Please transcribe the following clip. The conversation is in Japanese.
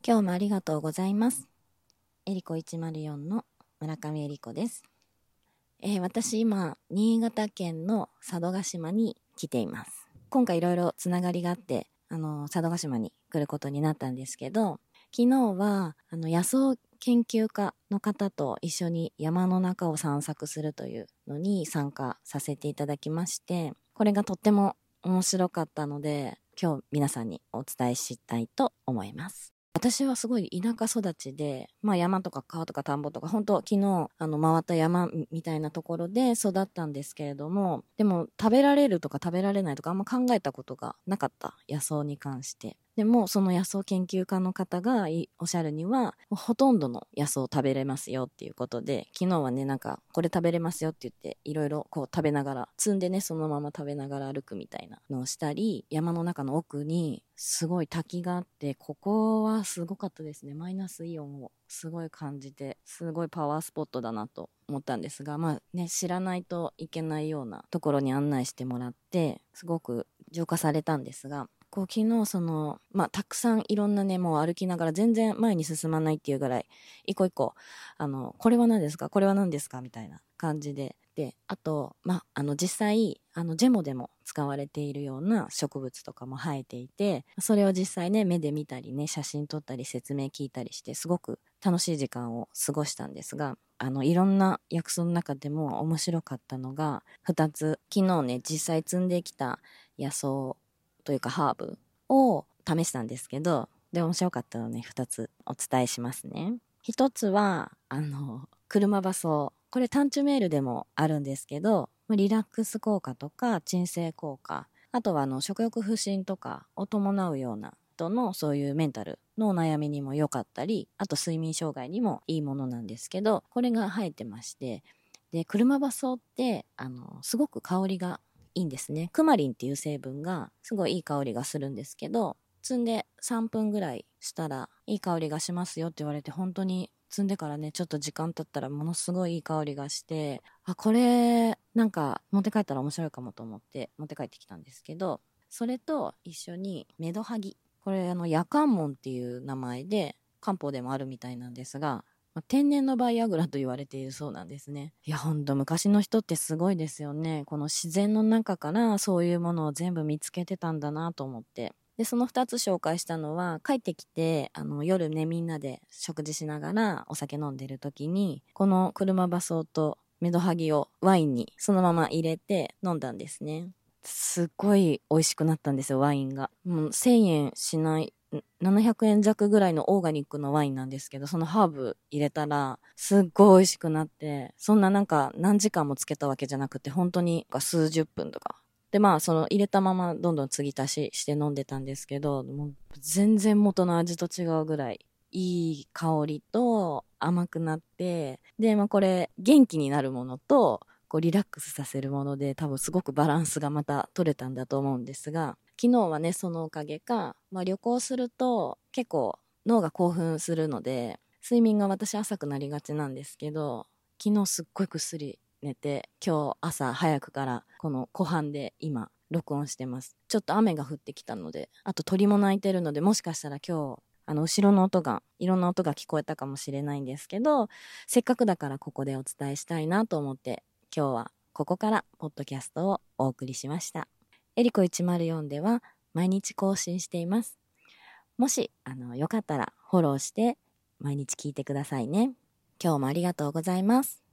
今日もありがとうございます。エリコ104の村上エリコです。私今、新潟県の佐渡島に来ています。今回いろいろつながりがあって、佐渡島に来ることになったんですけど、昨日は、野草研究家の方と一緒に山の中を散策するというのに参加させていただきまして、これがとっても面白かったので、今日皆さんにお伝えしたいと思います。私はすごい田舎育ちで、山とか川とか田んぼとか、本当昨日回った山みたいなところで育ったんですけれども、でも食べられるとか食べられないとかあんま考えたことがなかった野草に関して。でもその野草研究家の方がおっしゃるには、ほとんどの野草食べれますよっていうことで、昨日はね、これ食べれますよって言って、いろいろこう食べながら、積んでね、そのまま食べながら歩くみたいなのをしたり、山の中の奥にすごい滝があって、ここはすごかったですね。マイナスイオンをすごい感じて、すごいパワースポットだなと思ったんですが、知らないといけないようなところに案内してもらって、すごく浄化されたんですが、昨日たくさんいろんなね、もう歩きながら全然前に進まないっていうぐらい、一個一個、これは何ですかこれは何ですかみたいな感じで、あと、実際、ジェモでも使われているような植物とかも生えていて、それを実際ね、目で見たりね、写真撮ったり説明聞いたりして、すごく楽しい時間を過ごしたんですが、いろんな薬草の中でも面白かったのが、2つ、昨日ね、実際摘んできた野草というかハーブを試したんですけど、で、面白かったのね、2つお伝えしますね。1つは、車馬草。これ単種メールでもあるんですけど、リラックス効果とか鎮静効果、あとは食欲不振とかを伴うような人のそういうメンタルのお悩みにも良かったり、あと睡眠障害にもいいものなんですけど、これが生えてまして、で、車馬草ってすごく香りがいいんですね。クマリンっていう成分がすごいいい香りがするんですけど、摘んで3分ぐらいしたらいい香りがしますよって言われて、本当に摘んでからね、ちょっと時間経ったらものすごいいい香りがして、これ持って帰ったら面白いかもと思って持って帰ってきたんですけど、それと一緒にメドハギ。これ夜間門っていう名前で漢方でもあるみたいなんですが、天然のバイアグラと言われているそうなんですね。いや、ほんと昔の人ってすごいですよね。この自然の中からそういうものを全部見つけてたんだなと思って。で、その2つ紹介したのは、帰ってきて、夜ね、みんなで食事しながらお酒飲んでる時に、この車馬草とメドハギをワインにそのまま入れて飲んだんですね。すっごい美味しくなったんですよ、ワインが。もう1000円しない、700円弱ぐらいのオーガニックのワインなんですけど、そのハーブ入れたら、すっごい美味しくなって、そんな何時間もつけたわけじゃなくて、本当に数十分とか。で、その入れたままどんどん継ぎ足しして飲んでたんですけど、もう全然元の味と違うぐらい、いい香りと甘くなって、で、これ元気になるものと、リラックスさせるもので多分すごくバランスがまた取れたんだと思うんですが、昨日はね、そのおかげか、旅行すると結構脳が興奮するので、睡眠が私浅くなりがちなんですけど、昨日すっごいぐっすり寝て、今日朝早くからこの湖畔で今録音してます。ちょっと雨が降ってきたので、あと鳥も鳴いてるので、もしかしたら今日後ろの音が、いろんな音が聞こえたかもしれないんですけど、せっかくだからここでお伝えしたいなと思って、今日はここからポッドキャストをお送りしました。エリコ104では毎日更新しています。もし、よかったらフォローして毎日聞いてくださいね。今日もありがとうございます。